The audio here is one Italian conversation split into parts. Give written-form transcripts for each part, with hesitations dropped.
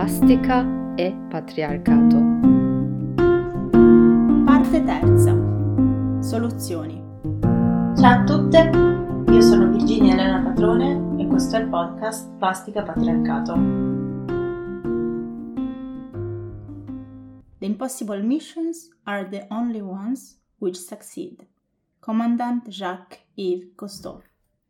Plastica e patriarcato. Parte terza. Soluzioni. Ciao a tutte, io sono Virginia Elena Patrone e questo è il podcast Plastica Patriarcato. The impossible missions are the only ones which succeed. Commandant Jacques-Yves Cousteau.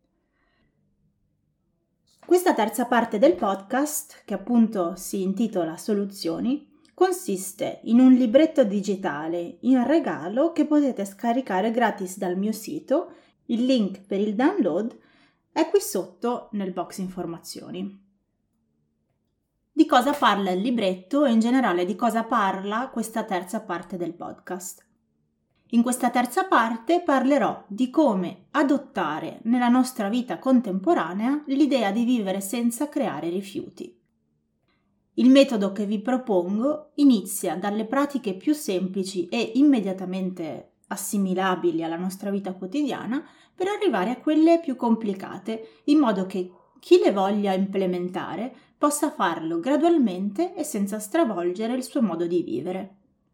Questa terza parte del podcast, che appunto si intitola Soluzioni, consiste in un libretto digitale in regalo che potete scaricare gratis dal mio sito. Il link per il download è qui sotto nel box informazioni. Di cosa parla il libretto e in generale di cosa parla questa terza parte del podcast? In questa terza parte parlerò di come adottare nella nostra vita contemporanea l'idea di vivere senza creare rifiuti. Il metodo che vi propongo inizia dalle pratiche più semplici e immediatamente assimilabili alla nostra vita quotidiana per arrivare a quelle più complicate, in modo che chi le voglia implementare possa farlo gradualmente e senza stravolgere il suo modo di vivere.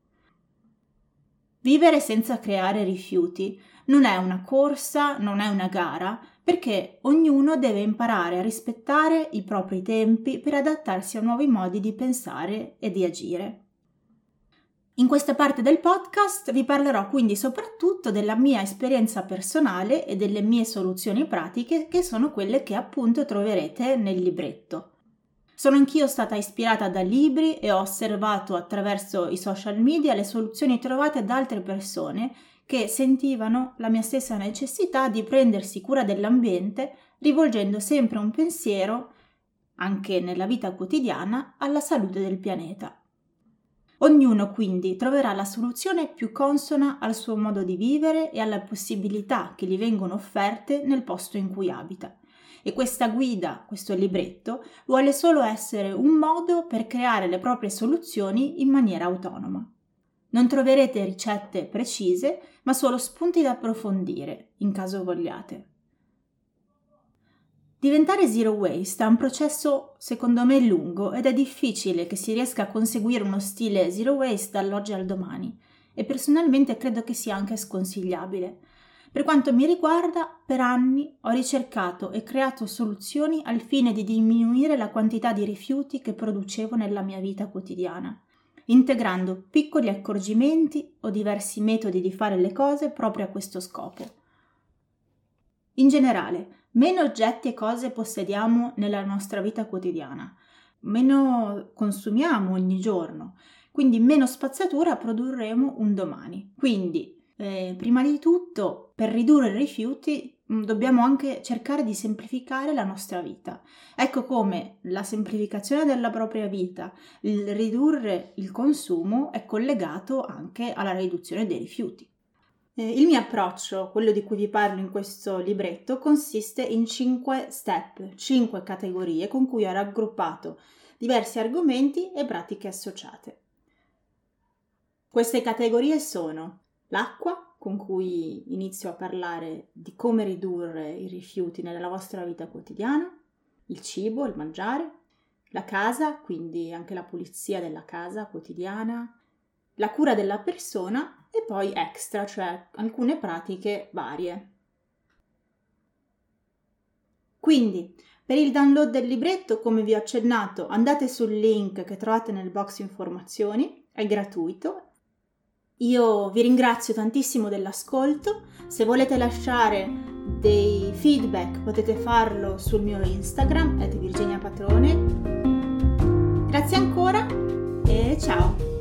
Vivere senza creare rifiuti non è una corsa, non è una gara, perché ognuno deve imparare a rispettare i propri tempi per adattarsi a nuovi modi di pensare e di agire. In questa parte del podcast vi parlerò quindi soprattutto della mia esperienza personale e delle mie soluzioni pratiche, che sono quelle che appunto troverete nel libretto. Sono anch'io stata ispirata da libri e ho osservato attraverso i social media le soluzioni trovate da altre persone che sentivano la mia stessa necessità di prendersi cura dell'ambiente, rivolgendo sempre un pensiero, anche nella vita quotidiana, alla salute del pianeta. Ognuno quindi troverà la soluzione più consona al suo modo di vivere e alle possibilità che gli vengono offerte nel posto in cui abita. E questa guida, questo libretto, vuole solo essere un modo per creare le proprie soluzioni in maniera autonoma. Non troverete ricette precise, ma solo spunti da approfondire, in caso vogliate. Diventare zero waste è un processo secondo me lungo ed è difficile che si riesca a conseguire uno stile zero waste dall'oggi al domani, e personalmente credo che sia anche sconsigliabile. Per quanto mi riguarda, per anni ho ricercato e creato soluzioni al fine di diminuire la quantità di rifiuti che producevo nella mia vita quotidiana, integrando piccoli accorgimenti o diversi metodi di fare le cose proprio a questo scopo. In generale, meno oggetti e cose possediamo nella nostra vita quotidiana, meno consumiamo ogni giorno, quindi meno spazzatura produrremo un domani. Quindi, prima di tutto, per ridurre i rifiuti dobbiamo anche cercare di semplificare la nostra vita. Ecco come la semplificazione della propria vita, il ridurre il consumo, è collegato anche alla riduzione dei rifiuti. Il mio approccio, quello di cui vi parlo in questo libretto, consiste in 5 step, 5 categorie con cui ho raggruppato diversi argomenti e pratiche associate. Queste categorie sono l'acqua, con cui inizio a parlare di come ridurre i rifiuti nella vostra vita quotidiana, il cibo, il mangiare, la casa, quindi anche la pulizia della casa quotidiana, la cura della persona e poi extra, cioè alcune pratiche varie. Quindi, per il download del libretto, come vi ho accennato, andate sul link che trovate nel box informazioni, è gratuito. Io vi ringrazio tantissimo dell'ascolto. Se volete lasciare dei feedback potete farlo sul mio Instagram @virginiapatrone. Grazie ancora e ciao!